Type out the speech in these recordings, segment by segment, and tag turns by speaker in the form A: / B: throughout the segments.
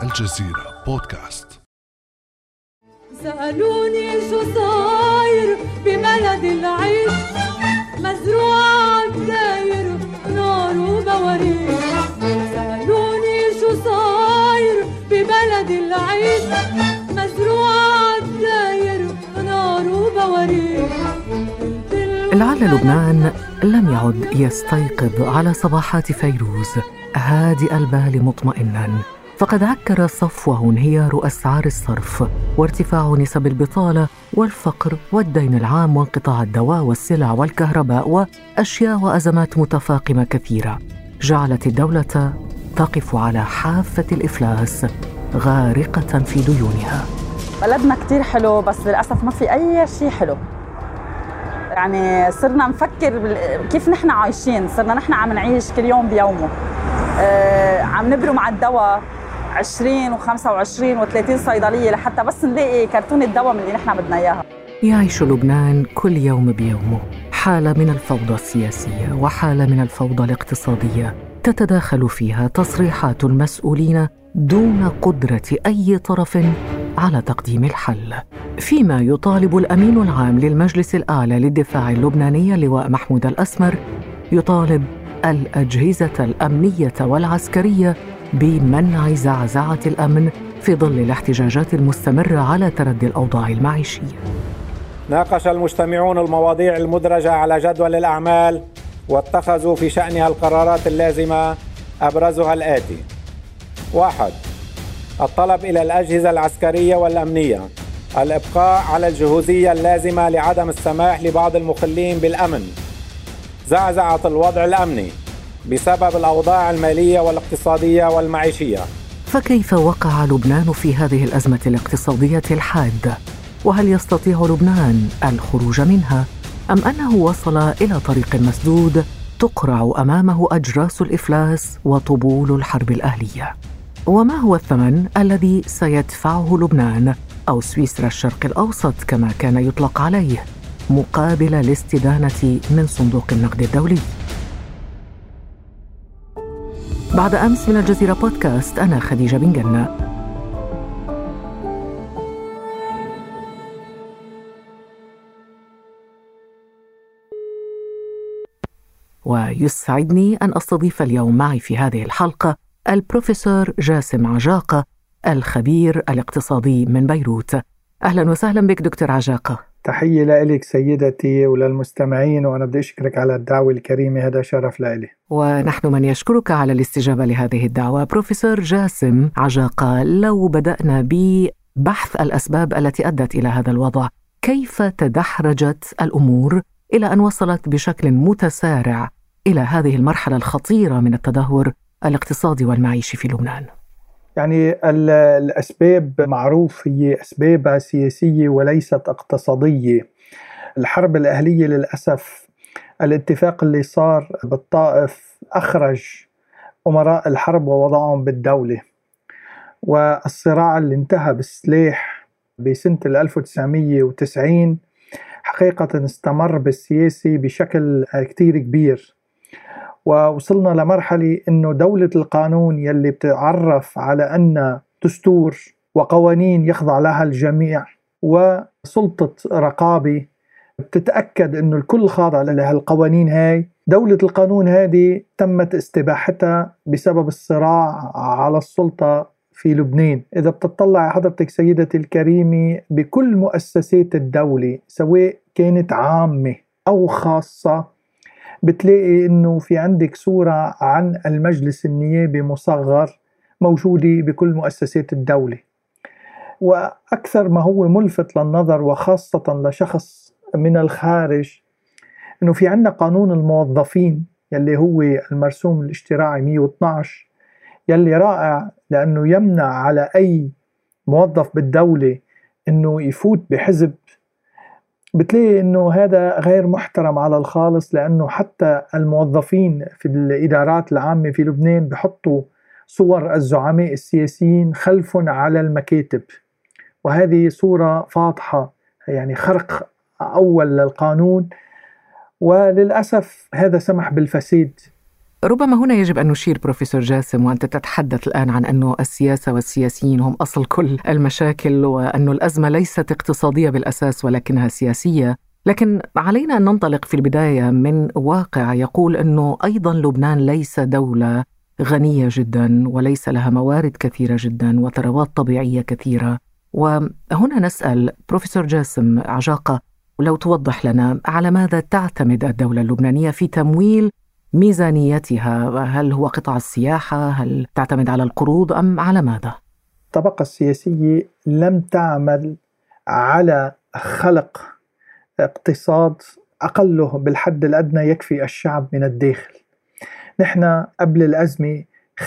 A: الجزيرة بودكاست.
B: سألوني شو صاير ببلد العيش، مزروعة عالداير نار وبواريك. سألوني شو صاير ببلد العيش، مزروعة عالداير نار وبواريك.
C: لعل لبنان لم يعد يستيقظ على صباحات فيروز هادئ البال مطمئنا، فقد عكر صفوه انهيار أسعار الصرف وارتفاع نسب البطالة والفقر والدين العام وانقطاع الدواء والسلع والكهرباء وأشياء وأزمات متفاقمة كثيرة جعلت الدولة تقف على حافة الإفلاس غارقة في ديونها.
D: بلدنا كتير حلو، بس للأسف ما في أي شيء حلو. يعني صرنا نفكر كيف نحن عايشين، صرنا نحن عم نعيش كل يوم بيومه. عم نبرم مع الدواء 20 و25 و30 صيدلية لحتى بس نلاقي كرتون الدواء من اللي نحن بدنا إياها.
C: يعيش لبنان كل يوم بيومه حالة من الفوضى السياسية وحالة من الفوضى الاقتصادية تتداخل فيها تصريحات المسؤولين دون قدرة أي طرف على تقديم الحل، فيما يطالب الأمين العام للمجلس الأعلى للدفاع اللبناني اللواء محمود الأسمر يطالب الأجهزة الأمنية والعسكرية بمنع زعزعة الأمن في ظل الاحتجاجات المستمرة على تردي الأوضاع المعيشية.
E: ناقش المجتمعون المواضيع المدرجة على جدول الأعمال واتخذوا في شأنها القرارات اللازمة، أبرزها الآتي: 1. الطلب إلى الأجهزة العسكرية والأمنية الإبقاء على الجهوزية اللازمة لعدم السماح لبعض المخلين بالأمن زعزعة الوضع الأمني بسبب الأوضاع المالية والاقتصادية والمعيشية.
C: فكيف وقع لبنان في هذه الأزمة الاقتصادية الحادة؟ وهل يستطيع لبنان الخروج منها؟ أم أنه وصل إلى طريق مسدود تقرع أمامه أجراس الإفلاس وطبول الحرب الأهلية؟ وما هو الثمن الذي سيدفعه لبنان أو سويسرا الشرق الأوسط كما كان يطلق عليه مقابل الاستدانة من صندوق النقد الدولي؟ بعد أمس من الجزيرة بودكاست، أنا خديجة بن جنة. ويسعدني أن أستضيف اليوم معي في هذه الحلقة البروفيسور جاسم عجاقة، الخبير الاقتصادي من بيروت. أهلا وسهلا بك دكتور عجاقة.
F: تحية لك سيدتي وللمستمعين، وأنا بدي أشكرك على الدعوة الكريمة، هذا شرف لي.
C: ونحن من يشكرك على الاستجابة لهذه الدعوة. بروفيسور جاسم عجاقة، لو بدأنا ببحث الأسباب التي أدت إلى هذا الوضع، كيف تدحرجت الأمور إلى أن وصلت بشكل متسارع إلى هذه المرحلة الخطيرة من التدهور الاقتصادي والمعيشي في لبنان؟
F: يعني الأسباب معروف هي أسباب سياسية وليست اقتصادية. الحرب الأهلية للأسف، الاتفاق اللي صار بالطائف أخرج أمراء الحرب ووضعهم بالدولة، والصراع اللي انتهى بالسلاح بسنة 1990 حقيقة استمر بالسياسي بشكل كتير كبير، ووصلنا لمرحلة إنه دولة القانون يلي بتعرف على أن دستور وقوانين يخضع لها الجميع وسلطة رقابة بتتأكد إنه الكل خاضع لها القوانين هاي، دولة القانون هذه تمت استباحتها بسبب الصراع على السلطة في لبنان. إذا بتطلع حضرتك سيدتي الكريمة بكل مؤسسات الدولة سواء كانت عامة أو خاصة، بتلاقي إنه في عندك صورة عن المجلس النيابي مصغر موجودة بكل مؤسسات الدولة. وأكثر ما هو ملفت للنظر وخاصة لشخص من الخارج، إنه في عندنا قانون الموظفين يلي هو المرسوم الاشتراعي 112 يلي رائع لأنه يمنع على أي موظف بالدولة إنه يفوت بحزب. بتلاقي إنه هذا غير محترم على الخالص، لأنه حتى الموظفين في الإدارات العامة في لبنان بحطوا صور الزعماء السياسيين خلفهم على المكاتب، وهذه صورة فاضحة، يعني خرق أول للقانون. وللأسف هذا سمح بالفساد
C: ربما هنا يجب أن نشير بروفيسور جاسم، وأنت تتحدث الآن عن أنه السياسة والسياسيين هم أصل كل المشاكل، وأن الأزمة ليست اقتصادية بالأساس ولكنها سياسية. لكن علينا أن ننطلق في البداية من واقع يقول أنه أيضا لبنان ليس دولة غنية جدا وليس لها موارد كثيرة جدا وثروات طبيعية كثيرة. وهنا نسأل بروفيسور جاسم عجاقة لو توضح لنا على ماذا تعتمد الدولة اللبنانية في تمويل ميزانيتها؟ هل هو قطاع السياحة؟ هل تعتمد على القروض أم على ماذا؟
F: الطبقة السياسية لم تعمل على خلق اقتصاد أقله بالحد الأدنى يكفي الشعب من الداخل. نحن قبل الأزمة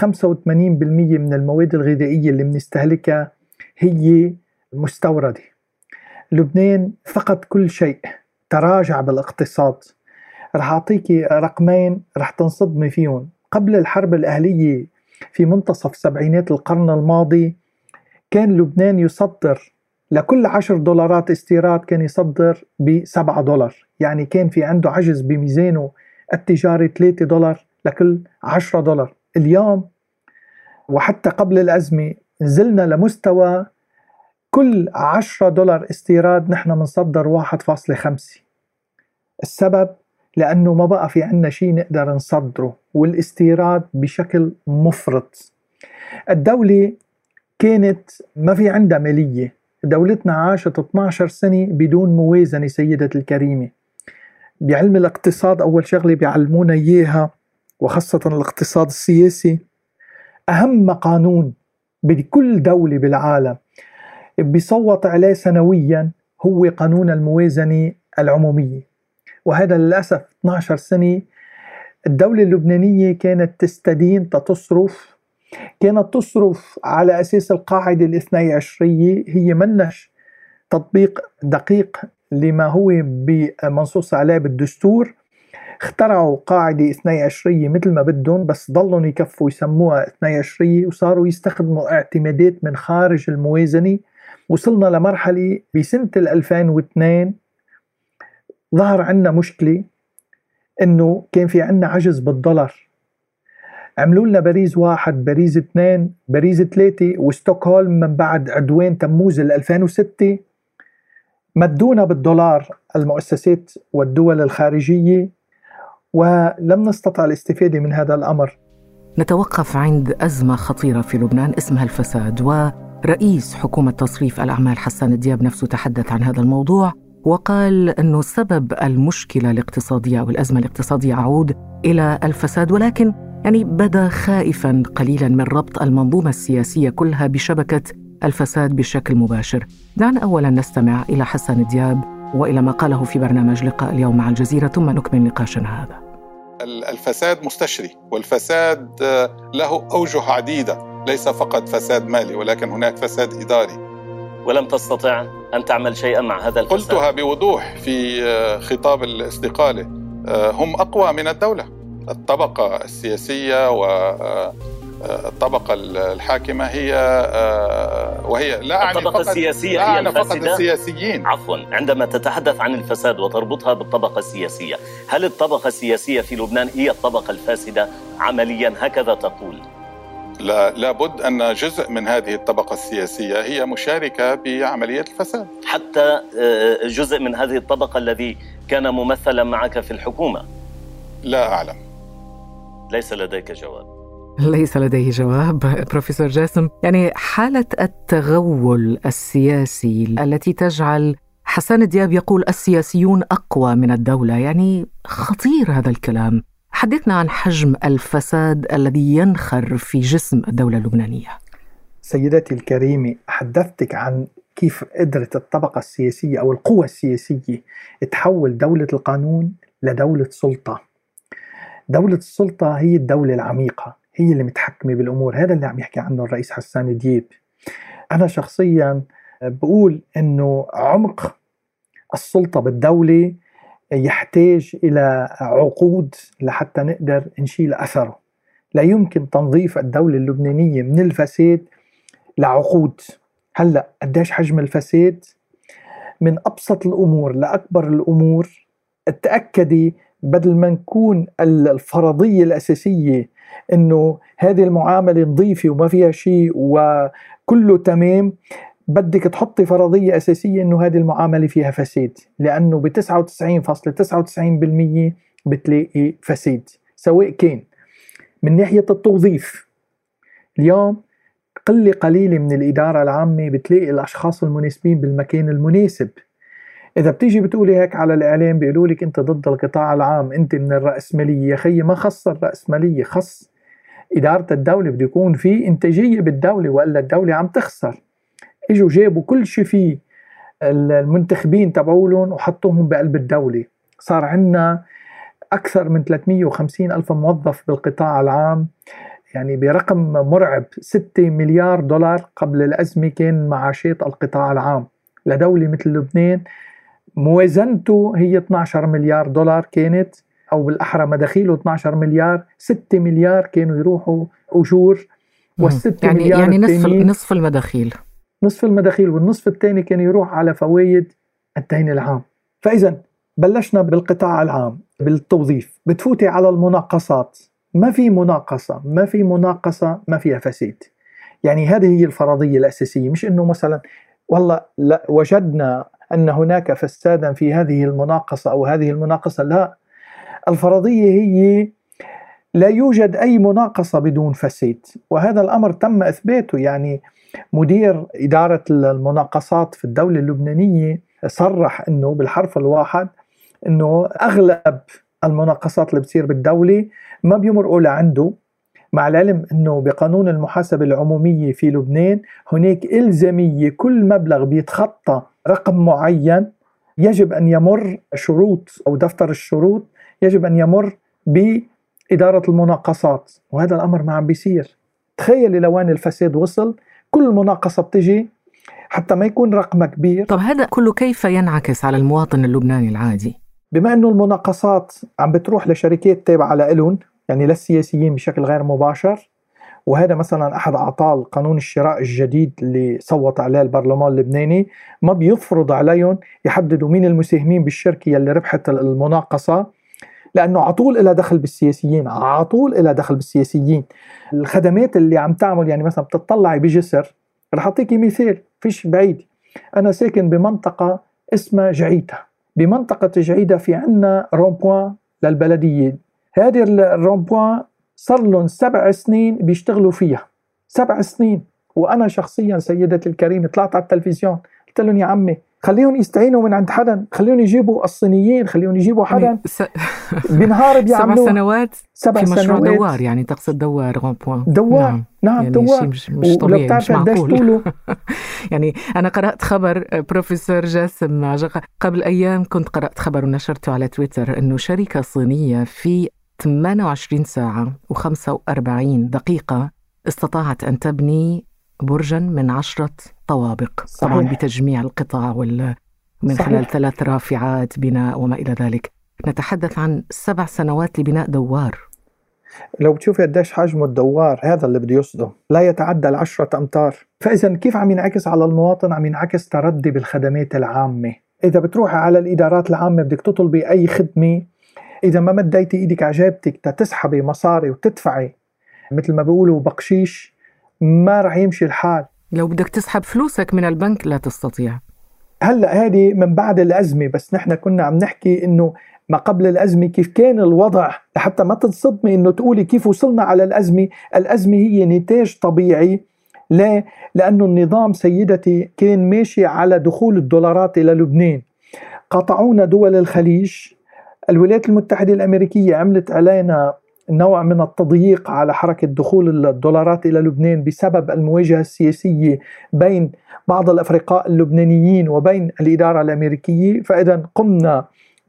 F: 85% من المواد الغذائية اللي بنستهلكها هي مستوردة. لبنان فقد كل شيء، تراجع بالاقتصاد. رح أعطيك رقمين رح تنصدمي فيهم. قبل الحرب الأهلية في منتصف سبعينات القرن الماضي كان لبنان يصدر لكل $10 استيراد كان يصدر $7، يعني كان في عنده عجز بميزانه التجاري $3 لكل $10. اليوم وحتى قبل الأزمة نزلنا لمستوى كل $10 استيراد نحن منصدر 1.5. السبب لأنه ما بقى في عنا شيء نقدر نصدره، والاستيراد بشكل مفرط. الدولة كانت ما في عندها مالية. دولتنا عاشت 12 سنة بدون موازنة سيدة الكريمة. بعلم الاقتصاد أول شغلة بيعلمونا إياها، وخاصة الاقتصاد السياسي، أهم قانون بكل دولة بالعالم بيصوت عليه سنويا هو قانون الموازنة العمومية. وهذا للأسف 12 سنة الدولة اللبنانية كانت تستدين تصرف، كانت تصرف على أساس القاعدة الاثني عشرية، هي منش تطبيق دقيق لما هو بمنصوص عليه بالدستور. اخترعوا قاعدة اثني عشرية مثل ما بدهم، بس ضلوا يكفوا يسموها اثني عشرية، وصاروا يستخدموا اعتمادات من خارج الموازنة. وصلنا لمرحلة بسنة 2002 ظهر عنا مشكلة انه كان في عنا عجز بالدولار. عملوا لنا باريس 1، باريس 2، باريس 3، وستوكهولم من بعد عدوان تموز 2006 مدونا بالدولار المؤسسات والدول الخارجية، ولم نستطع الاستفادة من هذا الأمر.
C: نتوقف عند أزمة خطيرة في لبنان اسمها الفساد، ورئيس حكومة تصريف الأعمال حسان دياب نفسه تحدث عن هذا الموضوع وقال أنه سبب المشكلة الاقتصادية أو الأزمة الاقتصادية يعود إلى الفساد، ولكن يعني بدا خائفا قليلا من ربط المنظومة السياسية كلها بشبكة الفساد بشكل مباشر. دعنا أولا نستمع إلى حسان دياب وإلى ما قاله في برنامج لقاء اليوم مع الجزيرة، ثم نكمل نقاشنا هذا.
G: الفساد مستشري، والفساد له أوجه عديدة، ليس فقط فساد مالي ولكن هناك فساد إداري.
H: ولم تستطع أن تعمل شيئا مع هذا الفساد؟
G: قلتها بوضوح في خطاب الاستقالة، هم أقوى من الدولة. الطبقة السياسية والطبقة الحاكمة هي وهي لا أعني
H: الطبقة السياسية هي
G: فقط السياسيين.
H: عفوا، عندما تتحدث عن الفساد وتربطها بالطبقة السياسية، هل الطبقة السياسية في لبنان هي الطبقة الفاسدة عمليا؟ هكذا تقول؟
G: لا بد أن جزء من هذه الطبقة السياسية هي مشاركة بعملية الفساد.
H: حتى جزء من هذه الطبقة الذي كان ممثلا معك في الحكومة؟
G: لا أعلم.
H: ليس لديك جواب؟
C: ليس لديه جواب. بروفيسور جاسم، يعني حالة التغول السياسي التي تجعل حسان دياب يقول السياسيون أقوى من الدولة، يعني خطير هذا الكلام. حدثنا عن حجم الفساد الذي ينخر في جسم الدولة اللبنانية.
F: سيدتي الكريمة، حدثتك عن كيف قدرت الطبقة السياسية أو القوى السياسية تحول دولة القانون لدولة سلطة. دولة السلطة هي الدولة العميقة، هي اللي متحكمة بالأمور. هذا اللي عم يحكي عنه الرئيس حسان دياب. أنا شخصيا بقول أنه عمق السلطة بالدولة يحتاج إلى عقود لحتى نقدر نشيل أثره. لا يمكن تنظيف الدولة اللبنانية من الفساد لعقود. هلأ قديش حجم الفساد؟ من أبسط الأمور لأكبر الأمور. تأكدي بدل ما نكون الفرضية الأساسية إنه هذه المعاملة نظيفة وما فيها شيء وكله تمام، بدك تحطي فرضية أساسية إنه هذه المعاملة فيها فساد، لأنه ب 99.99% بتلاقي فساد، سواء كان من ناحية التوظيف. اليوم قلة قليلة من الإدارة العامة بتلاقي الأشخاص المناسبين بالمكان المناسب. إذا بتيجي بتقولي هيك على الإعلام بيقولوا لك أنت ضد القطاع العام، أنت من الرأسمالية. يا خيي ما خص الرأسمالية، خص إدارة الدولة. بده يكون في إنتاجية بالدولة وإلا الدولة عم تخسر. إجوا جابوا كل شيء فيه المنتخبين تبعولهم وحطوهم بقلب الدولة. صار عندنا أكثر من 350 ألف موظف بالقطاع العام، يعني برقم مرعب. 6 مليار دولار قبل الأزمة كان معاشات القطاع العام لدولة مثل لبنان، موازنته هي 12 مليار دولار كانت، أو بالأحرى مداخيله 12 مليار. 6 مليار كانوا يروحوا أجور، والست مليار
C: يعني نصف المداخيل،
F: نصف المداخيل، والنصف الثاني كان يروح على فوائد الدين العام. فإذا بلشنا بالقطاع العام بالتوظيف، بتفوتي على المناقصات، ما في مناقصة، ما في مناقصة ما فيها فساد. يعني هذه هي الفرضية الأساسية، مش إنه مثلا والله لا وجدنا أن هناك فسادا في هذه المناقصة أو هذه المناقصة. لا، الفرضية هي لا يوجد أي مناقصة بدون فساد، وهذا الأمر تم إثباته. يعني مدير إدارة المناقصات في الدولة اللبنانية صرح أنه بالحرف الواحد أنه أغلب المناقصات اللي بتصير بالدولة ما بيمرقوا لعنده، مع العلم أنه بقانون المحاسبة العمومية في لبنان هناك إلزامية كل مبلغ بيتخطى رقم معين يجب أن يمر شروط، أو دفتر الشروط يجب أن يمر بإدارة المناقصات، وهذا الأمر ما عم بيصير. تخيلي لو أن الفساد وصل، كل مناقصة بتجي حتى ما يكون رقم كبير.
C: طب هذا كله كيف ينعكس على المواطن اللبناني العادي؟
F: بما أنه المناقصات عم بتروح لشركات تابعة لإلهم، يعني للسياسيين بشكل غير مباشر، وهذا مثلا أحد أعطال قانون الشراء الجديد اللي صوت عليه البرلمان اللبناني، ما بيفرض عليهم يحددوا مين المساهمين بالشركة اللي ربحت المناقصة، لأنه عطول إلى دخل بالسياسيين، عطول إلى دخل بالسياسيين. الخدمات اللي عم تعمل، يعني مثلا بتطلعي بجسر، رح أعطيكي مثال فيش بعيد. أنا ساكن بمنطقة اسمها جعيدة، بمنطقة جعيدة في عنا رومبوان للبلدية. هذه الرومبوان صار لهم 7 سنين بيشتغلوا فيها، 7 سنين. وأنا شخصيا سيدتي الكريمة طلعت على التلفزيون قلت لهم يا عمي خليهم يستعينوا من عند حدا، خليهم يجيبوا الصينيين، خليهم يجيبوا حدا بنهار بيعملوا
C: 7 سنوات
F: 7
C: في مشروع
F: سنوات.
C: دوار، يعني تقصد دوار رومبوان؟
F: دوار، نعم
C: يعني
F: دوار.
C: مش طبيعي، مش معقول.
F: يعني
C: يعني أنا قرأت خبر بروفيسور جاسم عجقة قبل أيام، كنت قرأت خبر ونشرته على تويتر إنه شركة صينية في 28 ساعة و45 دقيقة استطاعت أن تبني برجا من 10 طوابق.
F: صحيح.
C: طبعا بتجميع القطع من
F: صحيح.
C: خلال 3 رافعات بناء وما إلى ذلك. نتحدث عن 7 سنوات لبناء دوار.
F: لو بتشوفي قديش حجم الدوار هذا اللي بده يصده لا يتعدى 10 أمتار. فإذا كيف عم ينعكس على المواطن؟ عم ينعكس تردي بالخدمات العامة. إذا بتروحي على الإدارات العامة بدك تطلبي أي خدمة، إذا ما مديتي إيدك على جيبتك تسحبي مصاري وتدفعي مثل ما بيقولوا بقشيش، ما رح يمشي الحال.
C: لو بدك تسحب فلوسك من البنك لا تستطيع.
F: هلأ هذه من بعد الأزمة، بس نحن كنا عم نحكي إنه ما قبل الأزمة كيف كان الوضع، لحتى ما تتصدمي إنه تقولي كيف وصلنا على الأزمة. الأزمة هي نتاج طبيعي. لا، لأنه النظام سيدتي كان ماشي على دخول الدولارات إلى لبنان. قطعونا دول الخليج، الولايات المتحدة الأمريكية عملت علينا نوع من التضييق على حركة دخول الدولارات إلى لبنان بسبب المواجهة السياسية بين بعض الأفرقاء اللبنانيين وبين الإدارة الأمريكية. فإذا قمنا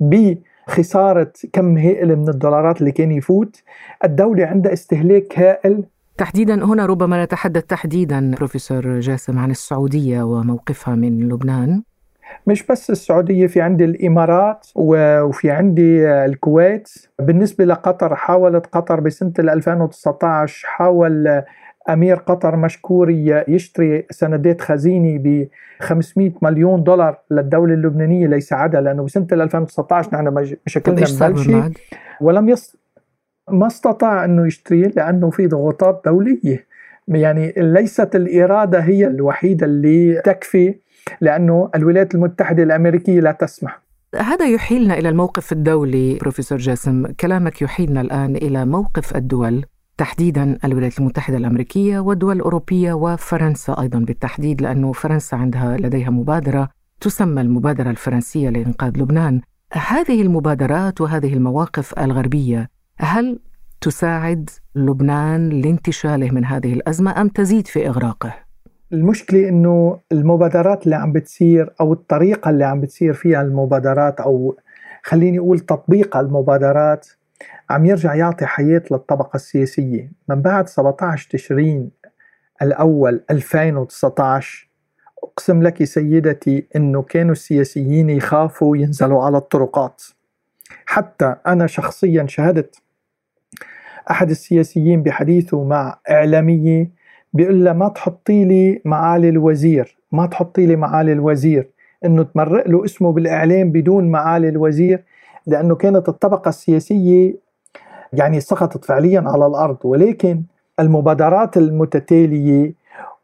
F: بخسارة كم هائل من الدولارات اللي كان يفوت. الدولة عندها استهلاك هائل.
C: تحديدا هنا ربما نتحدث تحديدا بروفيسور جاسم عن السعودية وموقفها من لبنان.
F: مش بس السعودية، في عندي الإمارات وفي عندي الكويت. بالنسبة لقطر، حاولت قطر بسنة 2019 حاول أمير قطر مشكور يشتري سندات خزينة ب$500 مليون للدولة اللبنانية ليساعدها، لأنه بسنة 2019 نحن مشاكلنا مبلشة، ما استطاع أنه يشتري لأنه في ضغوطات دولية. يعني ليست الإرادة هي الوحيدة اللي تكفي، لأنه الولايات المتحدة الأمريكية لا تسمح.
C: هذا يحيلنا إلى الموقف الدولي. بروفيسور جاسم، كلامك يحيلنا الآن إلى موقف الدول، تحديداً الولايات المتحدة الأمريكية والدول الأوروبية وفرنسا أيضاً بالتحديد، لأنه فرنسا لديها مبادرة تسمى المبادرة الفرنسية لإنقاذ لبنان. هذه المبادرات وهذه المواقف الغربية هل تساعد لبنان لانتشاله من هذه الأزمة أم تزيد في إغراقه؟
F: المشكلة إنه المبادرات اللي عم بتصير أو الطريقة اللي عم بتصير فيها المبادرات، أو خليني أقول تطبيق المبادرات، عم يرجع يعطي حياة للطبقة السياسية. من بعد 17 تشرين الأول 2019 أقسم لك سيدتي إنه كانوا السياسيين يخافوا ينزلوا على الطرقات. حتى أنا شخصيا شاهدت أحد السياسيين بحديثه مع إعلامية بيقول له ما تحطي لي معالي الوزير، ما تحطي لي معالي الوزير، إنه تمرق له اسمه بالإعلام بدون معالي الوزير، لأنه كانت الطبقة السياسية يعني سقطت فعليا على الأرض. ولكن المبادرات المتتالية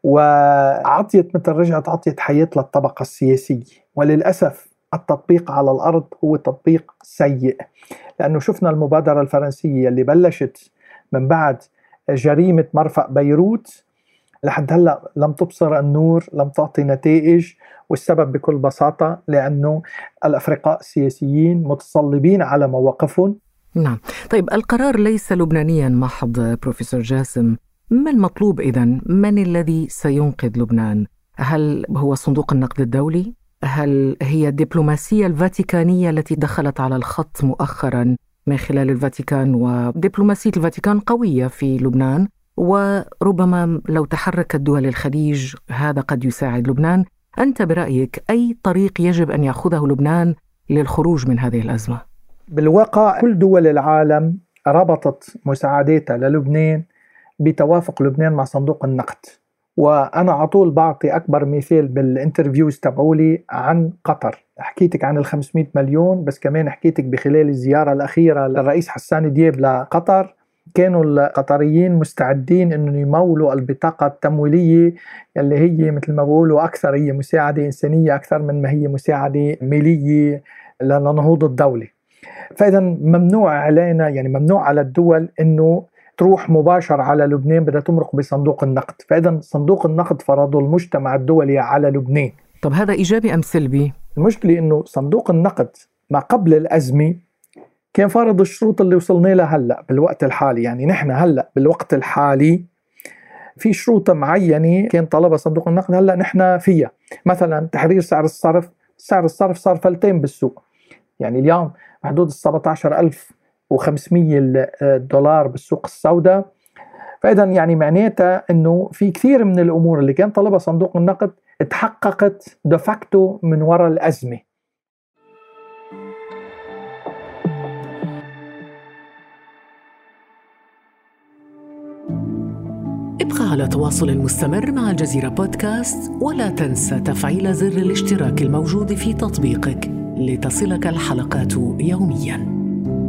F: رجعت عطيت حياة للطبقة السياسية. وللأسف التطبيق على الأرض هو تطبيق سيء، لأنه شفنا المبادرة الفرنسية اللي بلشت من بعد جريمة مرفأ بيروت لحد هلأ لم تبصر النور، لم تعطي نتائج. والسبب بكل بساطة لأنه الأفرقاء السياسيين متصلبين على مواقفهم.
C: نعم. طيب، القرار ليس لبنانيا محض بروفيسور جاسم. ما المطلوب إذن؟ من الذي سينقذ لبنان؟ هل هو صندوق النقد الدولي؟ هل هي الدبلوماسية الفاتيكانية التي دخلت على الخط مؤخرا من خلال الفاتيكان؟ ودبلوماسية الفاتيكان قوية في لبنان، وربما لو تحركت دول الخليج هذا قد يساعد لبنان. أنت برأيك أي طريق يجب أن يأخذه لبنان للخروج من هذه الأزمة؟
F: بالواقع كل دول العالم ربطت مساعداتها للبنان بتوافق لبنان مع صندوق النقد. وأنا على طول بعطي أكبر مثال بالانترفيوز تبعولي عن قطر. حكيتك عن 500 مليون، بس كمان حكيتك بخلال الزيارة الأخيرة للرئيس حسان دياب لقطر، كانوا القطريين مستعدين أنه يمولوا البطاقة التمويلية اللي هي مثل ما بقولوا أكثر هي مساعدة إنسانية أكثر من ما هي مساعدة مالية لنهوض الدولة. فإذا ممنوع علينا، يعني ممنوع على الدول أنه تروح مباشر على لبنان، بدها تمرق بصندوق النقد. فإذا صندوق النقد فرضه المجتمع الدولي على لبنان.
C: طب هذا إيجابي أم سلبي؟
F: المشكلة أنه صندوق النقد ما قبل الأزمة كان فرض الشروط اللي وصلنا لها هلأ بالوقت الحالي. يعني نحن هلأ بالوقت الحالي في شروط معينة كان طلبها صندوق النقد، هلأ نحن فيها. مثلا تحرير سعر الصرف. سعر الصرف صار فلتين بالسوق، يعني اليوم بحدود 17,500 دولار بالسوق السوداء. فإذا يعني معناتها أنه في كثير من الأمور اللي كان طلبها صندوق النقد اتحققت دفاكتو من وراء الأزمة.
C: ابقى على تواصل مستمر مع الجزيرة بودكاست، ولا تنسى تفعيل زر الاشتراك الموجود في تطبيقك لتصلك الحلقات يومياً.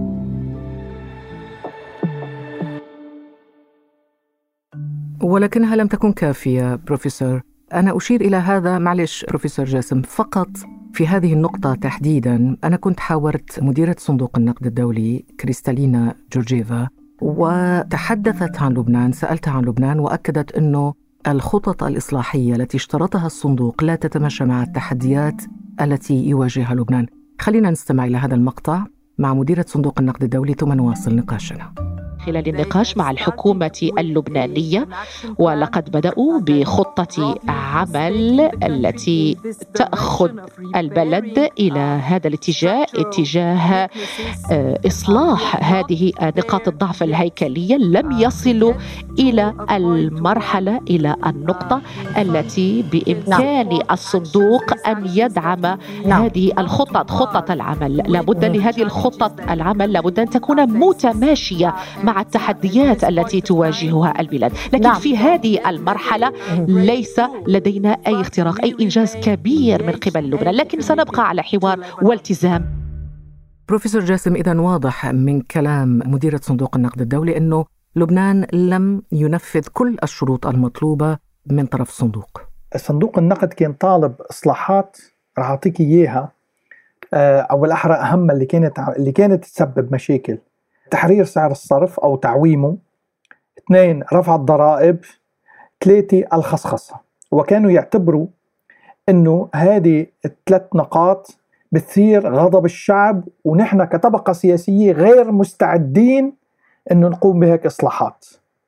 C: ولكنها لم تكن كافية بروفيسور. أنا أشير إلى هذا، معلش بروفيسور جاسم، فقط في هذه النقطة تحديداً. أنا كنت حاورت مديرة صندوق النقد الدولي كريستالينا جورجيفا وتحدثت عن لبنان، سألتها عن لبنان وأكدت أنه الخطط الإصلاحية التي اشترطها الصندوق لا تتماشى مع التحديات التي يواجهها لبنان. خلينا نستمع إلى هذا المقطع مع مديرة صندوق النقد الدولي ثم نواصل نقاشنا.
I: خلال النقاش مع الحكومة اللبنانية، ولقد بدأوا بخطة عمل التي تأخذ البلد إلى هذا الاتجاه، اتجاه إصلاح هذه نقاط الضعف الهيكلية. لم يصلوا إلى المرحلة، إلى النقطة التي بإمكان الصندوق أن يدعم هذه الخطط، خطة العمل. لابد لهذه الخطة العمل لابد أن تكون متماشية مع التحديات التي تواجهها البلاد، لكن
D: نعم.
I: في هذه المرحلة ليس لدينا أي اختراق، أي إنجاز كبير من قبل لبنان، لكن سنبقى على حوار والتزام.
C: بروفيسور جاسم، إذن واضح من كلام مديرة صندوق النقد الدولي أنه لبنان لم ينفذ كل الشروط المطلوبة من طرف الصندوق.
F: صندوق النقد كان طالب إصلاحات، رح أعطيك إياها، أو الأحرى أهم اللي كانت تسبب مشاكل: تحرير سعر الصرف أو تعويمه، 2 رفع الضرائب، 3 الخصخصة. وكانوا يعتبروا أنه هذه ال3 نقاط بتثير غضب الشعب، ونحن كطبقة سياسية غير مستعدين أنه نقوم بهيك إصلاحات.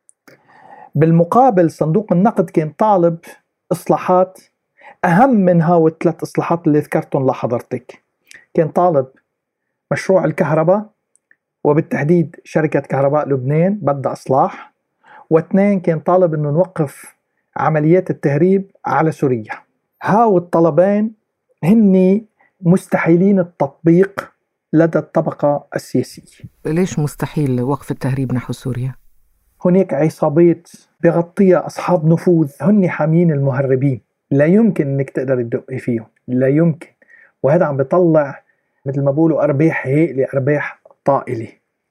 F: بالمقابل صندوق النقد كان طالب إصلاحات أهم من هاو ال3 إصلاحات اللي ذكرتهم لحضرتك. كان طالب مشروع الكهرباء، وبالتحديد شركة كهرباء لبنان بدها إصلاح، و2 كان طالب أنه نوقف عمليات التهريب على سوريا. هاو الطلبين هني مستحيلين التطبيق لدى الطبقة السياسية.
C: ليش مستحيل وقف التهريب نحو سوريا؟
F: هناك عصابات بغطيها أصحاب نفوذ، هن حامين المهربين، لا يمكن أنك تقدر تدقي فيهم، لا يمكن. وهذا عم بيطلع مثل ما بقولوا أرباح هائلة، أرباح طائلة.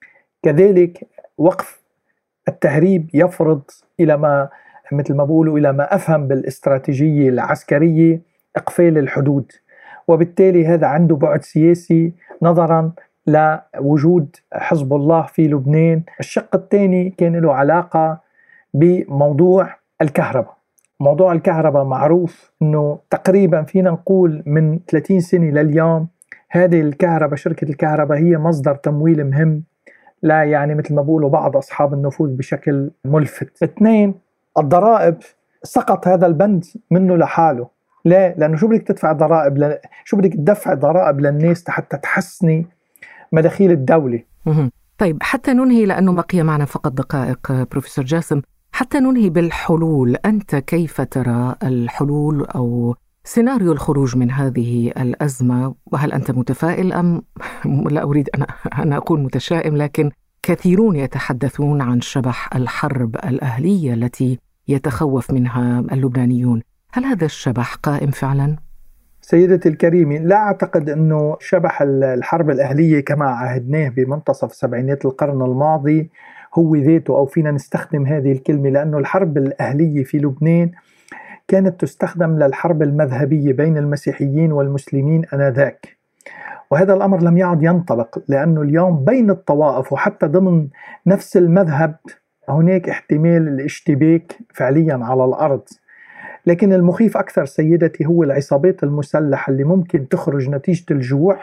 F: كذلك وقف التهريب يفرض إلى ما مثل ما بقولوا إلى ما أفهم بالاستراتيجية العسكرية إقفال الحدود، وبالتالي هذا عنده بعد سياسي نظرا لوجود حزب الله في لبنان. الشق الثاني كان له علاقة بموضوع الكهرباء. موضوع الكهرباء معروف أنه تقريبا فينا نقول من 30 سنة لليوم هذه الكهرباء، شركة الكهرباء هي مصدر تمويل مهم، لا يعني مثل ما بقولوا بعض أصحاب النفوذ بشكل ملفت. 2 الضرائب، سقط هذا البند منه لحاله. لا، لأنه شو بدك تدفع ضرائب شو بدك تدفع ضرائب للناس حتى تحسني مداخيل الدولة.
C: طيب، حتى ننهي لأنه بقي معنا فقط دقائق بروفيسور جاسم، حتى ننهي بالحلول، أنت كيف ترى الحلول أو سيناريو الخروج من هذه الأزمة؟ وهل أنت متفائل أم لا أريد أن أكون متشائم، لكن كثيرون يتحدثون عن شبح الحرب الأهلية التي يتخوف منها اللبنانيون. هل هذا الشبح قائم فعلا؟
F: سيدتي الكريمة، لا أعتقد أنه شبح الحرب الأهلية كما عهدناه بمنتصف سبعينات القرن الماضي هو ذاته، أو فينا نستخدم هذه الكلمة، لأنه الحرب الأهلية في لبنان كانت تستخدم للحرب المذهبية بين المسيحيين والمسلمين آنذاك، وهذا الأمر لم يعد ينطبق، لأنه اليوم بين الطوائف وحتى ضمن نفس المذهب هناك احتمال الاشتباك فعليا على الأرض. لكن المخيف أكثر سيدتي هو العصابات المسلحة اللي ممكن تخرج نتيجة الجوع،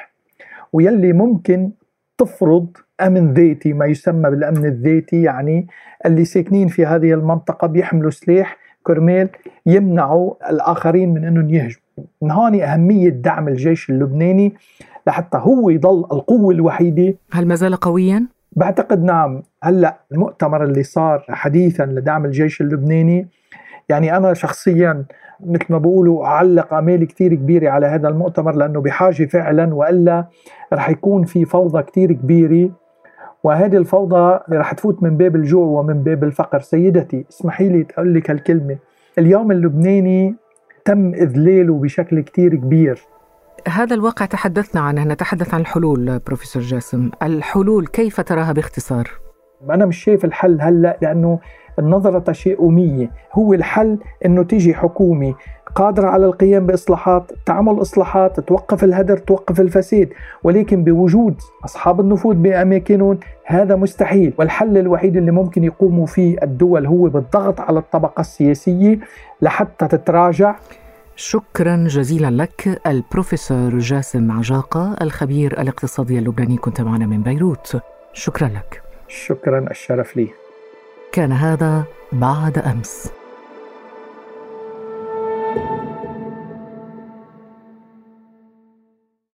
F: ويلي ممكن تفرض أمن ذاتي، ما يسمى بالأمن الذاتي، يعني اللي ساكنين في هذه المنطقة بيحملوا سلاح كرمال يمنعوا الآخرين من أنهم يهجموا. من هون أهمية دعم الجيش اللبناني لحتى هو يضل القوة الوحيدة.
C: هل ما زال قويا؟
F: بعتقد نعم. هلأ المؤتمر اللي صار حديثا لدعم الجيش اللبناني، يعني أنا شخصيا مثل ما بقولوا أعلق آمال كتير كبيرة على هذا المؤتمر، لأنه بحاجة فعلا، وإلا رح يكون في فوضى كتير كبيرة، وهذه الفوضى رح تفوت من باب الجوع ومن باب الفقر. سيدتي اسمحي لي أقول لك هالكلمة، اليوم اللبناني تم إذلاله بشكل كتير كبير.
C: هذا الواقع تحدثنا عنه، نتحدث عن الحلول. بروفيسور جاسم، الحلول كيف تراها باختصار؟
F: أنا مش شايف الحل هلأ، لأنه النظرة تشاؤمية. هو الحل أنه تيجي حكومة قادرة على القيام بإصلاحات، تعمل إصلاحات، توقف الهدر، توقف الفساد، ولكن بوجود أصحاب النفوذ بأماكنهم هذا مستحيل. والحل الوحيد اللي ممكن يقوموا فيه الدول هو بالضغط على الطبقة السياسية لحتى تتراجع.
C: شكرا جزيلا لك البروفيسور جاسم عجاقة، الخبير الاقتصادي اللبناني، كنت معنا من بيروت. شكرا لك.
F: شكرا، الشرف لي.
C: كان هذا بعد أمس.